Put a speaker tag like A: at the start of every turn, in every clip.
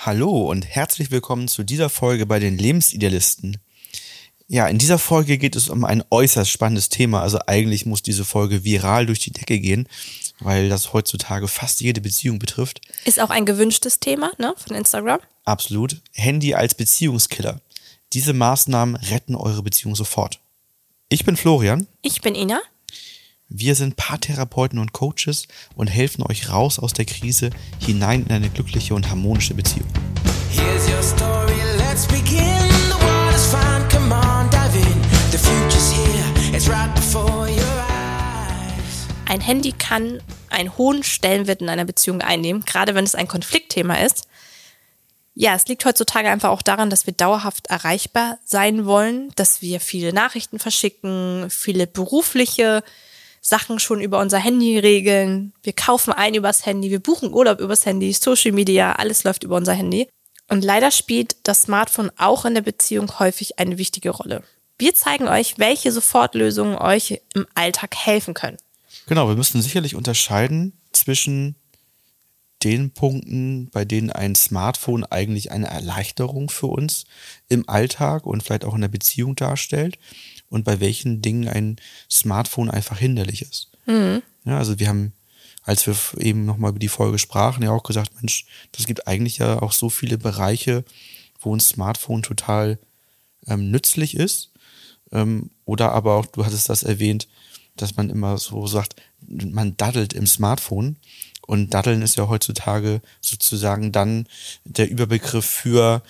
A: Hallo und herzlich willkommen zu dieser Folge bei den Lebensidealisten. Ja, in dieser Folge geht es um ein äußerst spannendes Thema. Also eigentlich muss diese Folge viral durch die Decke gehen, weil das heutzutage fast jede Beziehung betrifft.
B: Ist auch ein gewünschtes Thema, ne, von Instagram.
A: Absolut. Handy als Beziehungskiller. Diese Maßnahmen retten eure Beziehung sofort. Ich bin Florian.
B: Ich bin Ina.
A: Wir sind Paartherapeuten und Coaches und helfen euch raus aus der Krise hinein in eine glückliche und harmonische Beziehung.
C: Here's your story, let's begin. The water's fine, come on, dive in. The future's here, it's right before your eyes.
B: Ein Handy kann einen hohen Stellenwert in einer Beziehung einnehmen, gerade wenn es ein Konfliktthema ist. Ja, es liegt heutzutage einfach auch daran, dass wir dauerhaft erreichbar sein wollen, dass wir viele Nachrichten verschicken, viele berufliche Sachen schon über unser Handy regeln. Wir kaufen ein übers Handy, wir buchen Urlaub übers Handy, Social Media, alles läuft über unser Handy. Und leider spielt das Smartphone auch in der Beziehung häufig eine wichtige Rolle. Wir zeigen euch, welche Sofortlösungen euch im Alltag helfen können.
A: Genau, wir müssen sicherlich unterscheiden zwischen den Punkten, bei denen ein Smartphone eigentlich eine Erleichterung für uns im Alltag und vielleicht auch in der Beziehung darstellt und bei welchen Dingen ein Smartphone einfach hinderlich ist. Mhm. Ja, also wir haben, als wir eben nochmal über die Folge sprachen, ja auch gesagt, Mensch, das gibt eigentlich ja auch so viele Bereiche, wo ein Smartphone total nützlich ist. Oder aber auch, du hattest das erwähnt, dass man immer so sagt, man daddelt im Smartphone. Und Daddeln ist ja heutzutage sozusagen dann der Überbegriff für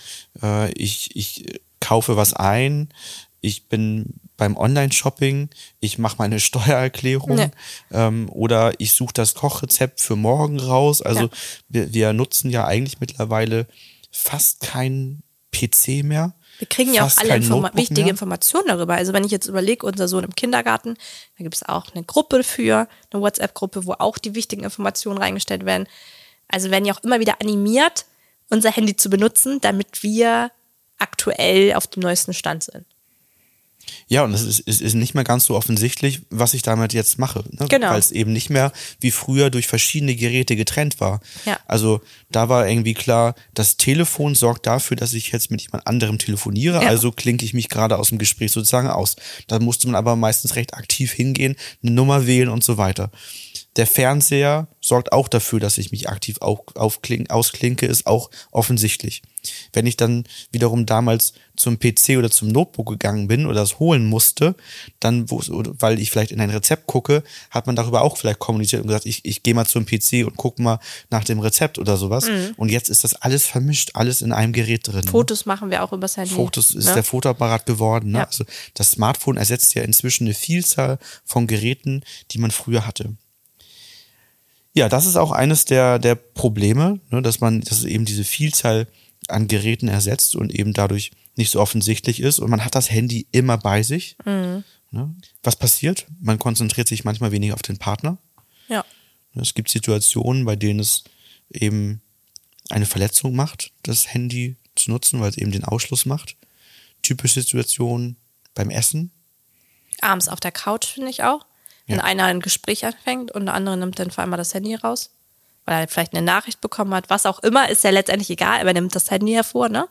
A: ich kaufe was ein, ich bin beim Online-Shopping, ich mache meine Steuererklärung oder ich suche das Kochrezept für morgen raus. Also wir nutzen ja eigentlich mittlerweile fast keinen PC mehr.
B: Wir kriegen ja auch alle wichtige Informationen darüber. Also wenn ich jetzt überlege, unser Sohn im Kindergarten, da gibt es auch eine Gruppe für, eine WhatsApp-Gruppe, wo auch die wichtigen Informationen reingestellt werden. Also werden ja auch immer wieder animiert, unser Handy zu benutzen, damit wir aktuell auf dem neuesten Stand sind.
A: Ja, und es ist nicht mehr ganz so offensichtlich, was ich damit jetzt mache. Ne?
B: Genau.
A: Weil es eben nicht mehr wie früher durch verschiedene Geräte getrennt war.
B: Ja.
A: Also da war irgendwie klar, das Telefon sorgt dafür, dass ich jetzt mit jemand anderem telefoniere, also klinke ich mich gerade aus dem Gespräch sozusagen aus. Da musste man aber meistens recht aktiv hingehen, eine Nummer wählen und so weiter. Der Fernseher sorgt auch dafür, dass ich mich aktiv ausklinke, ist auch offensichtlich. Wenn ich dann wiederum damals zum PC oder zum Notebook gegangen bin oder das holen musste, dann, weil ich vielleicht in ein Rezept gucke, hat man darüber auch vielleicht kommuniziert und gesagt, ich gehe mal zum PC und gucke mal nach dem Rezept oder sowas. Mhm. Und jetzt ist das alles vermischt, alles in einem Gerät drin.
B: Fotos machen wir auch übers Handy.
A: Fotos ist der Fotoapparat geworden. Ne?
B: Ja.
A: Also das Smartphone ersetzt ja inzwischen eine Vielzahl von Geräten, die man früher hatte. Ja, das ist auch eines der Probleme, ne, dass eben diese Vielzahl an Geräten ersetzt und eben dadurch nicht so offensichtlich ist. Und man hat das Handy immer bei sich. Mhm. Ne? Was passiert? Man konzentriert sich manchmal weniger auf den Partner.
B: Ja.
A: Es gibt Situationen, bei denen es eben eine Verletzung macht, das Handy zu nutzen, weil es eben den Ausschluss macht. Typische Situationen beim Essen.
B: Abends auf der Couch, finde ich auch. Wenn einer ein Gespräch anfängt und der andere nimmt dann vor allem mal das Handy raus, weil er vielleicht eine Nachricht bekommen hat, was auch immer, ist ja letztendlich egal, aber er nimmt das Handy hervor, ne?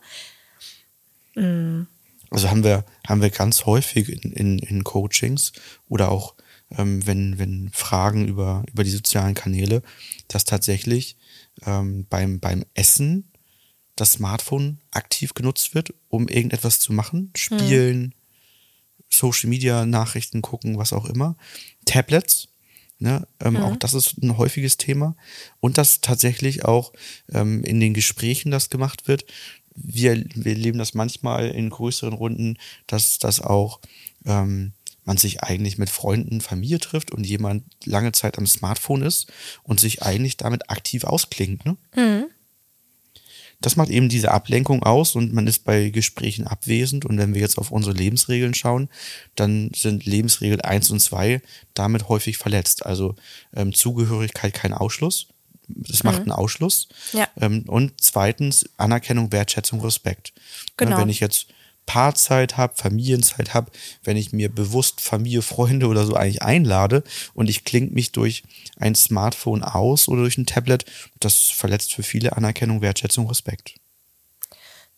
A: Also haben wir ganz häufig in Coachings oder auch wenn Fragen über die sozialen Kanäle, dass tatsächlich beim Essen das Smartphone aktiv genutzt wird, um irgendetwas zu machen, spielen, Social Media Nachrichten gucken, was auch immer. Tablets, ne? Auch das ist ein häufiges Thema. Und dass tatsächlich auch in den Gesprächen das gemacht wird. Wir erleben das manchmal in größeren Runden, dass das auch man sich eigentlich mit Freunden, Familie trifft und jemand lange Zeit am Smartphone ist und sich eigentlich damit aktiv ausklingt. Ne? Mhm. Das macht eben diese Ablenkung aus und man ist bei Gesprächen abwesend. Und wenn wir jetzt auf unsere Lebensregeln schauen, dann sind Lebensregel 1 und 2 damit häufig verletzt. Also Zugehörigkeit kein Ausschluss. Das macht einen Ausschluss.
B: Ja.
A: Und zweitens Anerkennung, Wertschätzung, Respekt.
B: Genau.
A: Wenn ich jetzt Paarzeit habe, Familienzeit habe, wenn ich mir bewusst Familie, Freunde oder so eigentlich einlade und ich klinge mich durch ein Smartphone aus oder durch ein Tablet, das verletzt für viele Anerkennung, Wertschätzung, Respekt.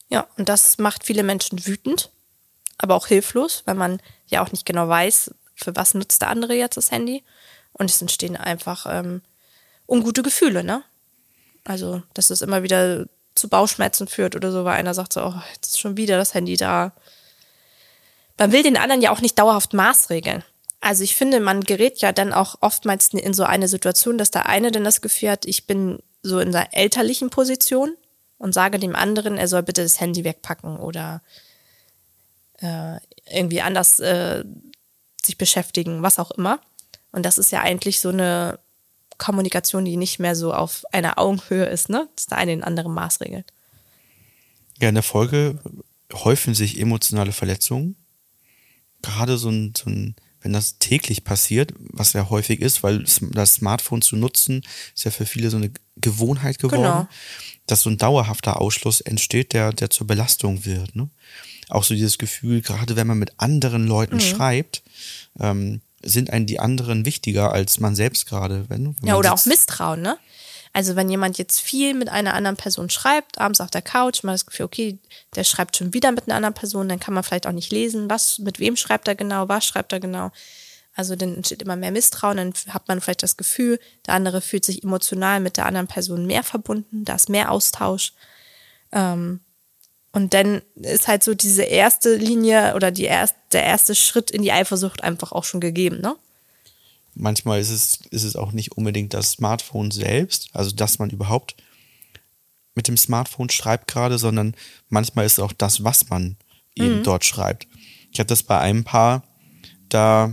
B: Ja, und das macht viele Menschen wütend, aber auch hilflos, weil man ja auch nicht genau weiß, für was nutzt der andere jetzt das Handy. Und es entstehen einfach ungute Gefühle, ne? Also, dass es immer wieder zu Bauchschmerzen führt oder so, weil einer sagt so, oh, jetzt ist schon wieder das Handy da. Man will den anderen ja auch nicht dauerhaft maßregeln. Also ich finde, man gerät ja dann auch oftmals in so eine Situation, dass der eine dann das Gefühl hat, ich bin so in der elterlichen Position und sage dem anderen, er soll bitte das Handy wegpacken oder irgendwie anders sich beschäftigen, was auch immer. Und das ist ja eigentlich so eine Kommunikation, die nicht mehr so auf einer Augenhöhe ist, ne? Dass der eine den anderen maßregelt.
A: Ja, in der Folge häufen sich emotionale Verletzungen. Gerade wenn das täglich passiert, was ja häufig ist, weil das Smartphone zu nutzen, ist ja für viele so eine Gewohnheit geworden,
B: Genau.
A: dass so ein dauerhafter Ausschluss entsteht, der zur Belastung wird. Ne? Auch so dieses Gefühl, gerade wenn man mit anderen Leuten schreibt, sind einem die anderen wichtiger als man selbst gerade. Wenn
B: Ja,
A: man
B: oder auch
A: sitzt-
B: Misstrauen, ne? Also wenn jemand jetzt viel mit einer anderen Person schreibt, abends auf der Couch, man hat das Gefühl, okay, der schreibt schon wieder mit einer anderen Person, dann kann man vielleicht auch nicht lesen, mit wem schreibt er genau, was schreibt er genau. Also dann entsteht immer mehr Misstrauen, dann hat man vielleicht das Gefühl, der andere fühlt sich emotional mit der anderen Person mehr verbunden, da ist mehr Austausch. Und dann ist halt so diese erste Linie oder der erste Schritt in die Eifersucht einfach auch schon gegeben, ne?
A: Manchmal ist es auch nicht unbedingt das Smartphone selbst, also dass man überhaupt mit dem Smartphone schreibt gerade, sondern manchmal ist es auch das, was man eben dort schreibt. Ich hatte das bei einem Paar, da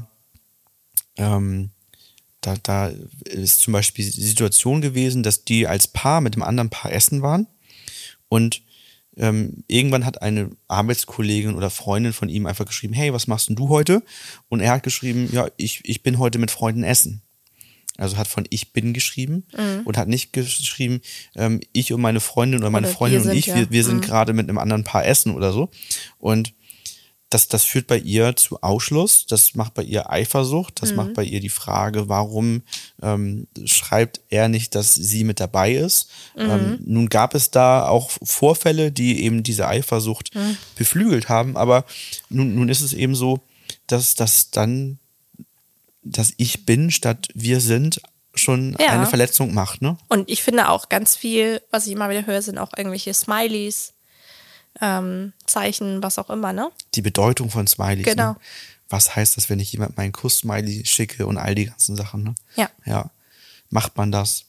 A: ist zum Beispiel die Situation gewesen, dass die als Paar mit dem anderen Paar essen waren und irgendwann hat eine Arbeitskollegin oder Freundin von ihm einfach geschrieben, hey, was machst denn du heute? Und er hat geschrieben, ja, ich bin heute mit Freunden essen. Also hat von ich bin geschrieben und hat nicht geschrieben, ich und meine Freundin oder meine
B: Oder
A: Freundin
B: wir
A: und
B: sind,
A: ich,
B: ja.
A: wir sind gerade mit einem anderen Paar essen oder so. Und das führt bei ihr zu Ausschluss, das macht bei ihr Eifersucht, das macht bei ihr die Frage, warum schreibt er nicht, dass sie mit dabei ist. Nun gab es da auch Vorfälle, die eben diese Eifersucht beflügelt haben, aber nun ist es eben so, dass dann das Ich bin statt wir sind schon
B: Ja.
A: eine Verletzung macht, ne?
B: Und ich finde auch ganz viel, was ich immer wieder höre, sind auch irgendwelche Smileys, Zeichen, was auch immer, ne?
A: Die Bedeutung von Smileys.
B: Genau.
A: Ne? Was heißt das, wenn ich jemand meinen Kuss-Smiley schicke und all die ganzen Sachen, ne?
B: Ja.
A: Ja. Macht man das?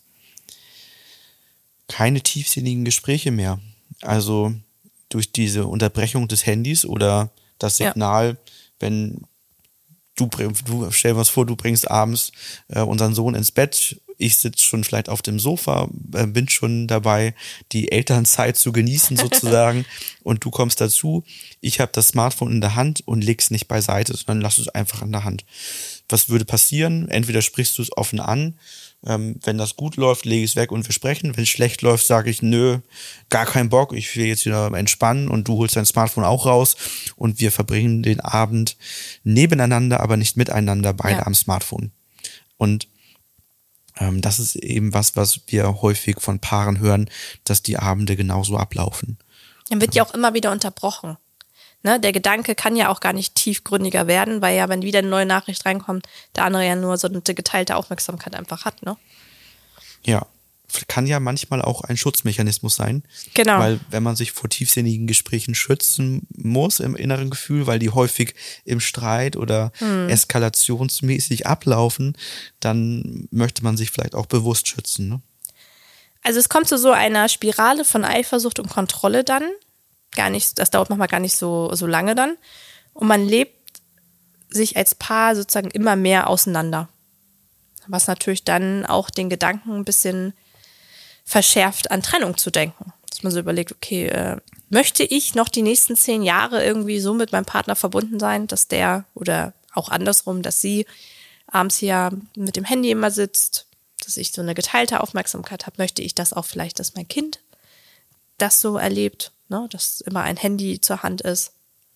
A: Keine tiefsinnigen Gespräche mehr. Also durch diese Unterbrechung des Handys oder das
B: Ja.
A: Signal, wenn du stell dir was vor, du bringst abends unseren Sohn ins Bett, ich sitze schon vielleicht auf dem Sofa, bin schon dabei, die Elternzeit zu genießen sozusagen und du kommst dazu, ich habe das Smartphone in der Hand und leg's nicht beiseite, sondern lass es einfach in der Hand. Was würde passieren? Entweder sprichst du es offen an, wenn das gut läuft, lege ich es weg und wir sprechen. Wenn es schlecht läuft, sage ich, nö, gar keinen Bock, ich will jetzt wieder entspannen und du holst dein Smartphone auch raus und wir verbringen den Abend nebeneinander, aber nicht miteinander, beide
B: Ja.
A: am Smartphone. Und das ist eben was wir häufig von Paaren hören, dass die Abende genauso ablaufen.
B: Dann wird ja auch immer wieder unterbrochen. Ne? Der Gedanke kann ja auch gar nicht tiefgründiger werden, weil ja, wenn wieder eine neue Nachricht reinkommt, der andere ja nur so eine geteilte Aufmerksamkeit einfach hat, ne?
A: Ja, kann ja manchmal auch ein Schutzmechanismus sein.
B: Genau.
A: Weil wenn man sich vor tiefsinnigen Gesprächen schützen muss im inneren Gefühl, weil die häufig im Streit oder eskalationsmäßig ablaufen, dann möchte man sich vielleicht auch bewusst schützen. Ne?
B: Also es kommt zu so einer Spirale von Eifersucht und Kontrolle dann. Das dauert manchmal gar nicht so lange dann. Und man lebt sich als Paar sozusagen immer mehr auseinander. Was natürlich dann auch den Gedanken ein bisschen verschärft, an Trennung zu denken. Dass man so überlegt, okay, möchte ich noch die nächsten 10 Jahre irgendwie so mit meinem Partner verbunden sein, dass der oder auch andersrum, dass sie abends hier mit dem Handy immer sitzt, dass ich so eine geteilte Aufmerksamkeit habe, möchte ich das auch vielleicht, dass mein Kind das so erlebt, ne? Dass immer ein Handy zur Hand ist.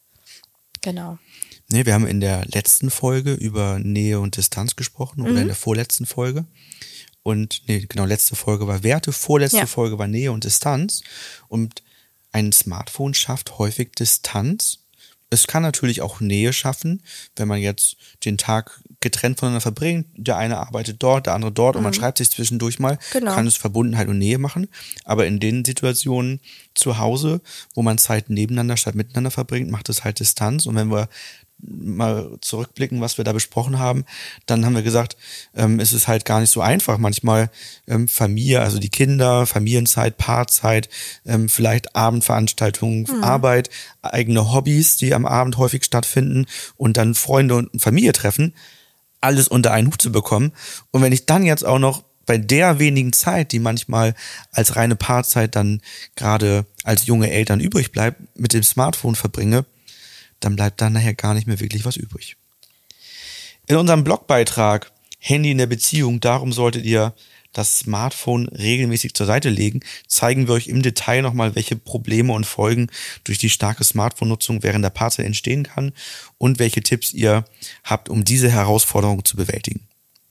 B: Genau.
A: Nee, wir haben in der letzten Folge über Nähe und Distanz gesprochen oder in der vorletzten Folge. Und letzte Folge war Werte, vorletzte
B: Ja.
A: Folge war Nähe und Distanz. Und ein Smartphone schafft häufig Distanz. Es kann natürlich auch Nähe schaffen, wenn man jetzt den Tag getrennt voneinander verbringt. Der eine arbeitet dort, der andere dort und man schreibt sich zwischendurch mal,
B: Genau.
A: kann es Verbundenheit und Nähe machen. Aber in den Situationen zu Hause, wo man Zeit nebeneinander statt miteinander verbringt, macht es halt Distanz. Und wenn wir mal zurückblicken, was wir da besprochen haben, dann haben wir gesagt, es ist halt gar nicht so einfach. Manchmal Familie, also die Kinder, Familienzeit, Paarzeit, vielleicht Abendveranstaltungen, Arbeit, eigene Hobbys, die am Abend häufig stattfinden und dann Freunde und Familie treffen, alles unter einen Hut zu bekommen. Und wenn ich dann jetzt auch noch bei der wenigen Zeit, die manchmal als reine Paarzeit dann gerade als junge Eltern übrig bleibt, mit dem Smartphone verbringe, dann bleibt da nachher gar nicht mehr wirklich was übrig. In unserem Blogbeitrag Handy in der Beziehung, darum solltet ihr das Smartphone regelmäßig zur Seite legen, zeigen wir euch im Detail nochmal, welche Probleme und Folgen durch die starke Smartphone-Nutzung während der Paarzeit entstehen kann und welche Tipps ihr habt, um diese Herausforderung zu bewältigen.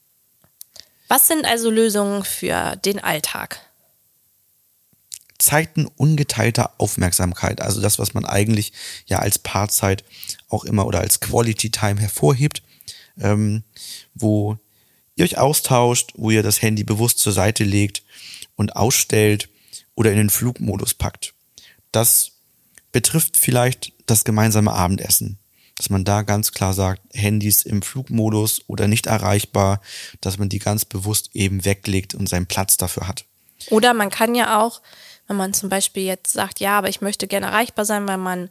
B: Was sind also Lösungen für den Alltag?
A: Zeiten ungeteilter Aufmerksamkeit, also das, was man eigentlich ja als Paarzeit auch immer oder als Quality Time hervorhebt, wo ihr euch austauscht, wo ihr das Handy bewusst zur Seite legt und ausstellt oder in den Flugmodus packt. Das betrifft vielleicht das gemeinsame Abendessen, dass man da ganz klar sagt, Handys im Flugmodus oder nicht erreichbar, dass man die ganz bewusst eben weglegt und seinen Platz dafür hat.
B: Oder man kann ja auch, wenn man zum Beispiel jetzt sagt, ja, aber ich möchte gerne erreichbar sein, weil man,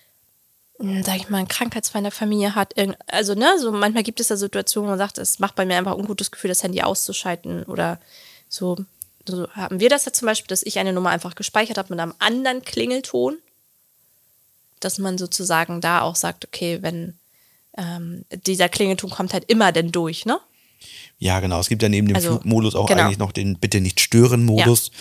B: sag ich mal, einen Krankheitsfall in der Familie hat. Also, so manchmal gibt es ja Situationen, wo man sagt, es macht bei mir einfach ein ungutes Gefühl, das Handy auszuschalten oder so. So haben wir das ja zum Beispiel, dass ich eine Nummer einfach gespeichert habe mit einem anderen Klingelton, dass man sozusagen da auch sagt, okay, wenn dieser Klingelton kommt halt immer denn durch, ne?
A: Ja, genau. Es gibt ja neben dem Flugmodus auch
B: genau.
A: eigentlich noch den Bitte-nicht-stören-Modus,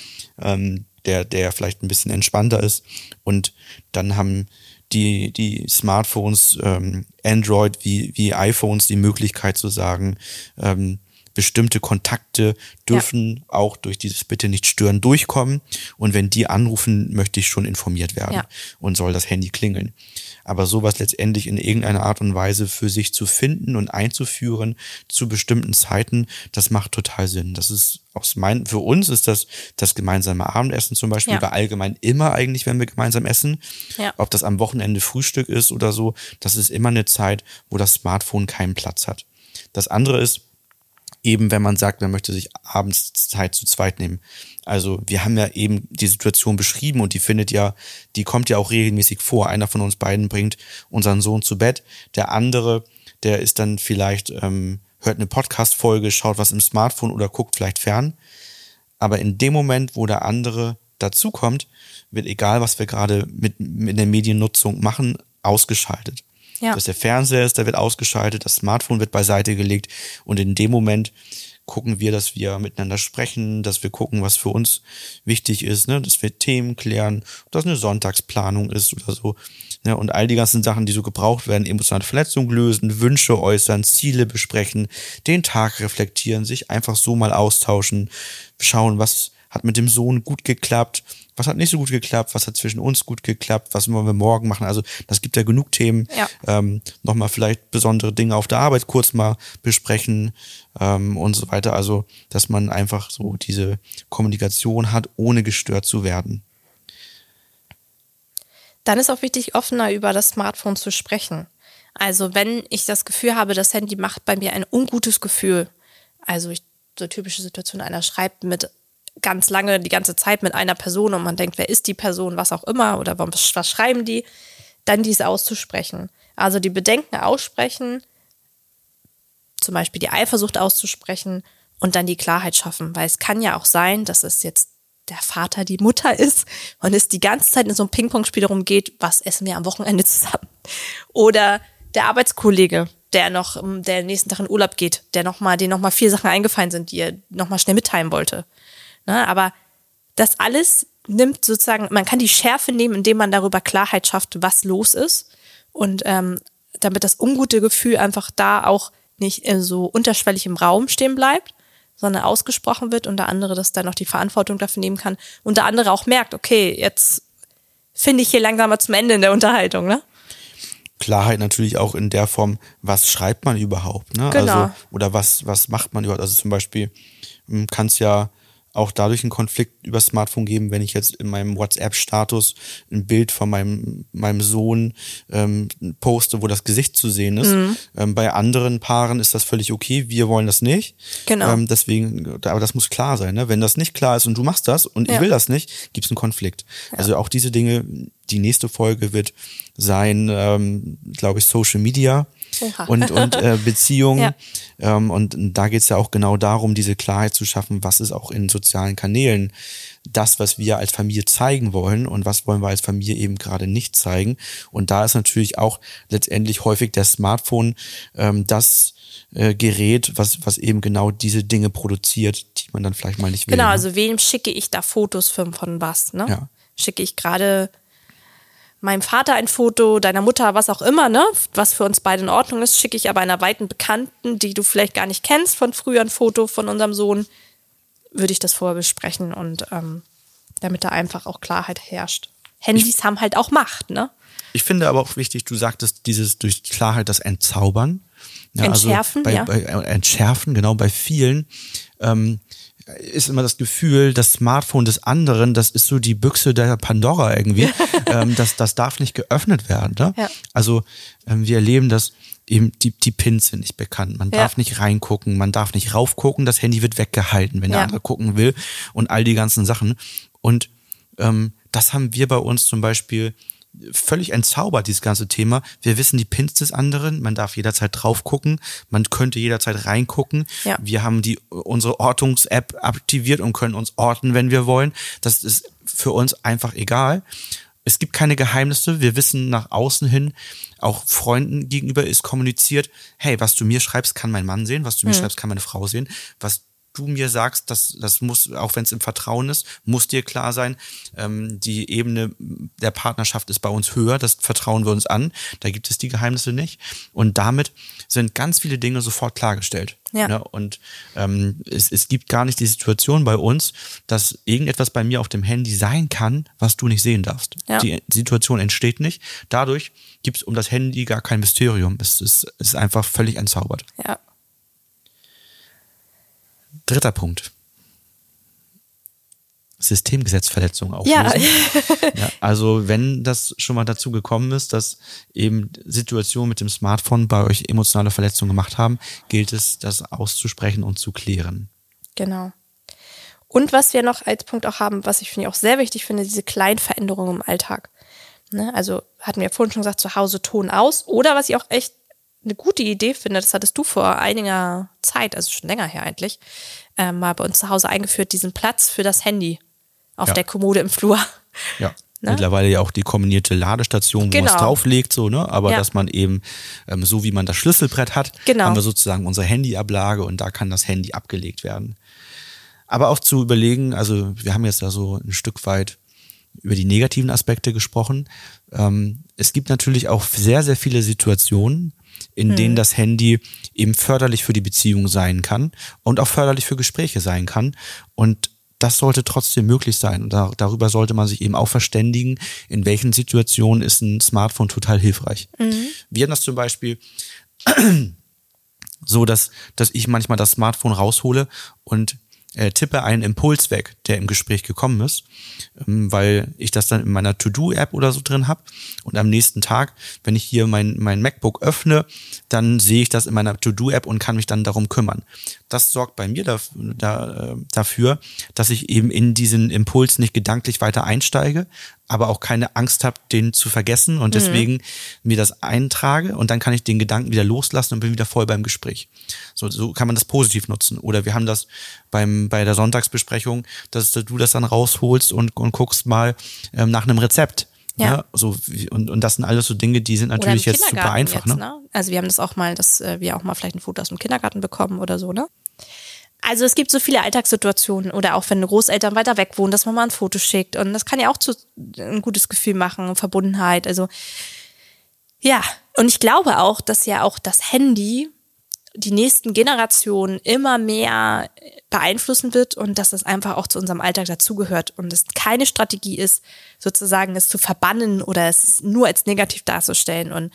A: der vielleicht ein bisschen entspannter ist. Und dann haben die Smartphones, Android wie iPhones die Möglichkeit zu sagen, bestimmte Kontakte dürfen auch durch dieses Bitte nicht stören durchkommen. Und wenn die anrufen, möchte ich schon informiert werden und soll das Handy klingeln. Aber sowas letztendlich in irgendeiner Art und Weise für sich zu finden und einzuführen zu bestimmten Zeiten, das macht total Sinn. Das ist für uns ist das gemeinsame Abendessen zum Beispiel, oder allgemein immer eigentlich, wenn wir gemeinsam essen. Ja. Ob das am Wochenende Frühstück ist oder so, das ist immer eine Zeit, wo das Smartphone keinen Platz hat. Das andere ist, eben wenn man sagt, man möchte sich abends Zeit zu zweit nehmen. Also wir haben ja eben die Situation beschrieben und die kommt ja auch regelmäßig vor. Einer von uns beiden bringt unseren Sohn zu Bett. Der andere, der ist dann vielleicht, hört eine Podcast-Folge, schaut was im Smartphone oder guckt vielleicht fern. Aber in dem Moment, wo der andere dazukommt, wird egal, was wir gerade mit der Mediennutzung machen, ausgeschaltet. Ja. Dass der Fernseher ist, der wird ausgeschaltet, das Smartphone wird beiseite gelegt und in dem Moment gucken wir, dass wir miteinander sprechen, dass wir gucken, was für uns wichtig ist, ne? Dass wir Themen klären, ob das eine Sonntagsplanung ist oder so. Ne? Und all die ganzen Sachen, die so gebraucht werden, emotionale Verletzungen lösen, Wünsche äußern, Ziele besprechen, den Tag reflektieren, sich einfach so mal austauschen, schauen, was hat mit dem Sohn gut geklappt, was hat nicht so gut geklappt, was hat zwischen uns gut geklappt, was wollen wir morgen machen. Also das gibt ja genug Themen. Ja. Nochmal vielleicht besondere Dinge auf der Arbeit kurz mal besprechen und so weiter. Also dass man einfach so diese Kommunikation hat, ohne gestört zu werden.
B: Dann ist auch wichtig, offener über das Smartphone zu sprechen. Also wenn ich das Gefühl habe, das Handy macht bei mir ein ungutes Gefühl, also so typische Situation, einer schreibt ganz lange, die ganze Zeit mit einer Person und man denkt, wer ist die Person, was auch immer oder was schreiben die, dann dies auszusprechen. Also die Bedenken aussprechen, zum Beispiel die Eifersucht auszusprechen und dann die Klarheit schaffen, weil es kann ja auch sein, dass es jetzt der Vater die Mutter ist und es die ganze Zeit in so einem Ping-Pong-Spiel darum geht, was essen wir am Wochenende zusammen. Oder der Arbeitskollege, der nächsten Tag in Urlaub geht, den nochmal 4 Sachen eingefallen sind, die er nochmal schnell mitteilen wollte. Aber das alles nimmt sozusagen, man kann die Schärfe nehmen, indem man darüber Klarheit schafft, was los ist. Und damit das ungute Gefühl einfach da auch nicht so unterschwellig im Raum stehen bleibt, sondern ausgesprochen wird und der andere das dann auch die Verantwortung dafür nehmen kann und der andere auch merkt, okay, jetzt finde ich hier langsam mal zum Ende in der Unterhaltung, ne?
A: Klarheit natürlich auch in der Form, was schreibt man überhaupt, ne?
B: Genau.
A: Also, oder was macht man überhaupt? Also zum Beispiel kann es ja auch dadurch einen Konflikt über Smartphone geben, wenn ich jetzt in meinem WhatsApp-Status ein Bild von meinem Sohn poste, wo das Gesicht zu sehen ist. Bei anderen Paaren ist das völlig okay, wir wollen das nicht.
B: Genau.
A: Deswegen, aber das muss klar sein, ne? Wenn das nicht klar ist und du machst das und ich will das nicht, gibt es einen Konflikt. Also auch diese Dinge, die nächste Folge wird sein, glaube ich, Social Media und Beziehungen. Und da geht es ja auch genau darum, diese Klarheit zu schaffen, was ist auch in sozialen Kanälen das, was wir als Familie zeigen wollen und was wollen wir als Familie eben gerade nicht zeigen. Und da ist natürlich auch letztendlich häufig der Smartphone das Gerät, was eben genau diese Dinge produziert, die man dann vielleicht mal nicht will.
B: Genau,
A: ne?
B: also wem schicke ich da Fotos von was, ne?
A: Ja.
B: Schicke ich gerade meinem Vater ein Foto, deiner Mutter, was auch immer, ne? Was für uns beide in Ordnung ist, schicke ich aber einer weiten Bekannten, die du vielleicht gar nicht kennst, von früher ein Foto von unserem Sohn, würde ich das vorher besprechen und damit da einfach auch Klarheit herrscht. Handys haben halt auch Macht, ne?
A: Ich finde aber auch wichtig, du sagtest dieses durch Klarheit das Entzaubern. Ja,
B: Entschärfen,
A: also bei Entschärfen, genau, bei vielen ist immer das Gefühl, das Smartphone des anderen, das ist so die Büchse der Pandora irgendwie. Das darf nicht geöffnet werden. Ne?
B: Ja.
A: Also wir erleben, dass eben die Pins sind nicht bekannt. Man darf nicht reingucken, man darf nicht raufgucken, das Handy wird weggehalten, wenn der andere gucken will und all die ganzen Sachen. Und das haben wir bei uns zum Beispiel völlig entzaubert, dieses ganze Thema. Wir wissen die Pins des anderen, man darf jederzeit drauf gucken, man könnte jederzeit reingucken.
B: Ja.
A: Wir haben unsere Ortungs-App aktiviert und können uns orten, wenn wir wollen. Das ist für uns einfach egal. Es gibt keine Geheimnisse. Wir wissen nach außen hin, auch Freunden gegenüber ist kommuniziert, hey, was du mir schreibst, kann mein Mann sehen, was du mir schreibst, kann meine Frau sehen, was du mir sagst, das muss, auch wenn es im Vertrauen ist, muss dir klar sein, die Ebene der Partnerschaft ist bei uns höher, das vertrauen wir uns an, da gibt es die Geheimnisse nicht und damit sind ganz viele Dinge sofort klargestellt.
B: Ja.
A: Ne? Und es gibt gar nicht die Situation bei uns, dass irgendetwas bei mir auf dem Handy sein kann, was du nicht sehen darfst.
B: Ja.
A: Die Situation entsteht nicht. Dadurch gibt es um das Handy gar kein Mysterium. Es ist einfach völlig entzaubert.
B: Ja.
A: 3. Punkt. Systemgesetzverletzung auflösen.
B: Ja.
A: Ja, also wenn das schon mal dazu gekommen ist, dass eben Situationen mit dem Smartphone bei euch emotionale Verletzungen gemacht haben, gilt es, das auszusprechen und zu klären.
B: Genau. Und was wir noch als Punkt auch haben, was ich finde auch sehr wichtig finde, diese kleinen Veränderungen im Alltag. Ne? Also hatten wir vorhin schon gesagt, zu Hause Ton aus. Oder was ich auch echt eine gute Idee finde, das hattest du vor einiger Zeit, also schon länger her eigentlich, mal bei uns zu Hause eingeführt, diesen Platz für das Handy auf der Kommode im Flur.
A: Ja.
B: Ne?
A: Mittlerweile ja auch die kombinierte Ladestation, wo man es drauflegt, so, ne? Aber dass man eben, so wie man das Schlüsselbrett hat, haben wir sozusagen unsere Handyablage und da kann das Handy abgelegt werden. Aber auch zu überlegen, also wir haben jetzt da so ein Stück weit über die negativen Aspekte gesprochen. Es gibt natürlich auch sehr, sehr viele Situationen, in denen das Handy eben förderlich für die Beziehung sein kann und auch förderlich für Gespräche sein kann. Und das sollte trotzdem möglich sein. Und darüber sollte man sich eben auch verständigen, in welchen Situationen ist ein Smartphone total hilfreich. Wir haben das zum Beispiel so, dass ich manchmal das Smartphone raushole und tippe einen Impuls weg, der im Gespräch gekommen ist, weil ich das dann in meiner To-Do-App oder so drin habe und am nächsten Tag, wenn ich hier mein MacBook öffne, dann sehe ich das in meiner To-Do-App und kann mich dann darum kümmern. Das sorgt bei mir dafür, dass ich eben in diesen Impuls nicht gedanklich weiter einsteige, aber auch keine Angst habe, den zu vergessen und deswegen mir das eintrage und dann kann ich den Gedanken wieder loslassen und bin wieder voll beim Gespräch. So kann man das positiv nutzen. Oder wir haben das bei der Sonntagsbesprechung, dass du das dann rausholst und guckst mal nach einem Rezept.
B: Ja.
A: Ne? So, und das sind alles so Dinge, die sind natürlich jetzt super einfach.
B: Jetzt, ne? Also wir haben das auch mal, dass wir auch mal vielleicht ein Foto aus dem Kindergarten bekommen oder so, ne? Also es gibt so viele Alltagssituationen oder auch wenn Großeltern weiter weg wohnen, dass man mal ein Foto schickt und das kann ja auch zu ein gutes Gefühl machen, Verbundenheit, also ja. Und ich glaube auch, dass ja auch das Handy die nächsten Generationen immer mehr beeinflussen wird und dass das einfach auch zu unserem Alltag dazugehört und es keine Strategie ist, sozusagen es zu verbannen oder es nur als negativ darzustellen. Und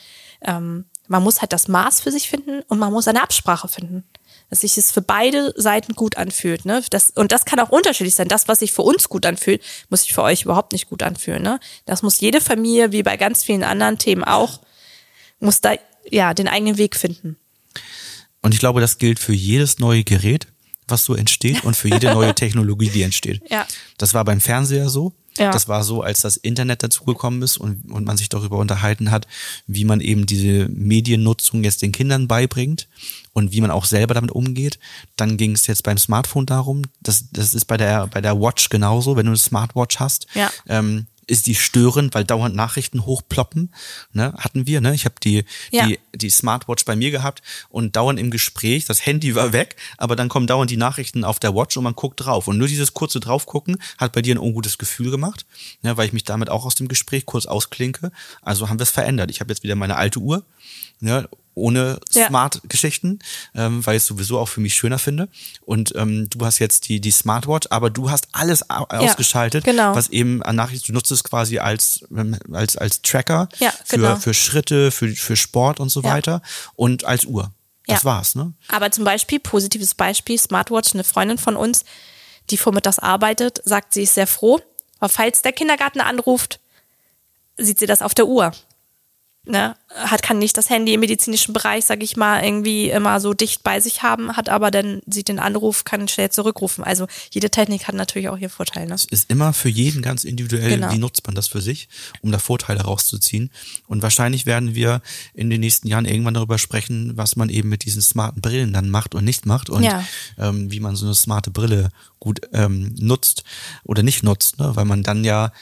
B: man muss halt das Maß für sich finden und man muss eine Absprache finden, dass sich es für beide Seiten gut anfühlt. Ne? Und das kann auch unterschiedlich sein. Das, was sich für uns gut anfühlt, muss sich für euch überhaupt nicht gut anfühlen. Ne? Das muss jede Familie, wie bei ganz vielen anderen Themen auch, muss da ja den eigenen Weg finden.
A: Und ich glaube, das gilt für jedes neue Gerät, was so entsteht und für jede neue Technologie, die entsteht.
B: Ja.
A: Das war beim Fernseher so.
B: Ja.
A: Das war so, als das Internet dazugekommen ist und man sich darüber unterhalten hat, wie man eben diese Mediennutzung jetzt den Kindern beibringt und wie man auch selber damit umgeht. Dann ging es jetzt beim Smartphone darum, das ist bei der Watch genauso, wenn du eine Smartwatch hast.
B: Ja.
A: Ist die störend, weil dauernd Nachrichten hochploppen, ne, hatten wir, ne? Ich habe die Smartwatch bei mir gehabt und dauernd im Gespräch, das Handy war weg, aber dann kommen dauernd die Nachrichten auf der Watch und man guckt drauf. Und nur dieses kurze Draufgucken hat bei dir ein ungutes Gefühl gemacht, ne, weil ich mich damit auch aus dem Gespräch kurz ausklinke. Also haben wir es verändert. Ich habe jetzt wieder meine alte Uhr, ne, ohne Smart-Geschichten, weil ich es sowieso auch für mich schöner finde. Und du hast jetzt die Smartwatch, aber du hast alles ausgeschaltet,
B: genau.
A: was eben an Nachrichten, du nutzt es quasi als Tracker für Schritte, für Sport und so weiter und als Uhr. Das war's, ne?
B: Aber zum Beispiel, positives Beispiel, Smartwatch, eine Freundin von uns, die vormittags arbeitet, sagt, sie ist sehr froh, aber falls der Kindergarten anruft, sieht sie das auf der Uhr. Ne, kann nicht das Handy im medizinischen Bereich, sag ich mal, irgendwie immer so dicht bei sich haben, hat aber dann, sieht den Anruf, kann schnell zurückrufen. Also jede Technik hat natürlich auch ihren Vorteil. Ne?
A: Es ist immer für jeden ganz individuell, wie nutzt man das für sich, um da Vorteile rauszuziehen. Und wahrscheinlich werden wir in den nächsten Jahren irgendwann darüber sprechen, was man eben mit diesen smarten Brillen dann macht und nicht macht und wie man so eine smarte Brille gut nutzt oder nicht nutzt, ne? Weil man dann ja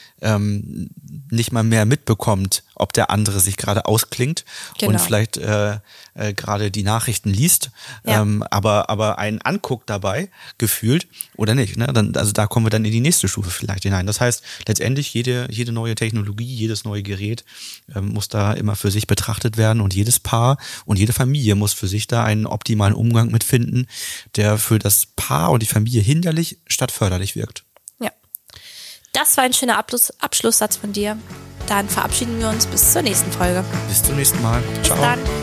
A: nicht mal mehr mitbekommt, ob der andere sich gerade ausklingt und vielleicht gerade die Nachrichten liest, aber einen anguckt dabei, gefühlt, oder nicht. Ne? Also da kommen wir dann in die nächste Stufe vielleicht hinein. Das heißt, letztendlich jede neue Technologie, jedes neue Gerät muss da immer für sich betrachtet werden und jedes Paar und jede Familie muss für sich da einen optimalen Umgang mit finden, der für das Paar und die Familie hinderlich statt förderlich wirkt.
B: Ja, das war ein schöner Abschlusssatz von dir. Dann verabschieden wir uns bis zur nächsten Folge.
A: Bis zum nächsten Mal.
B: Bis
A: Ciao.
B: Dann.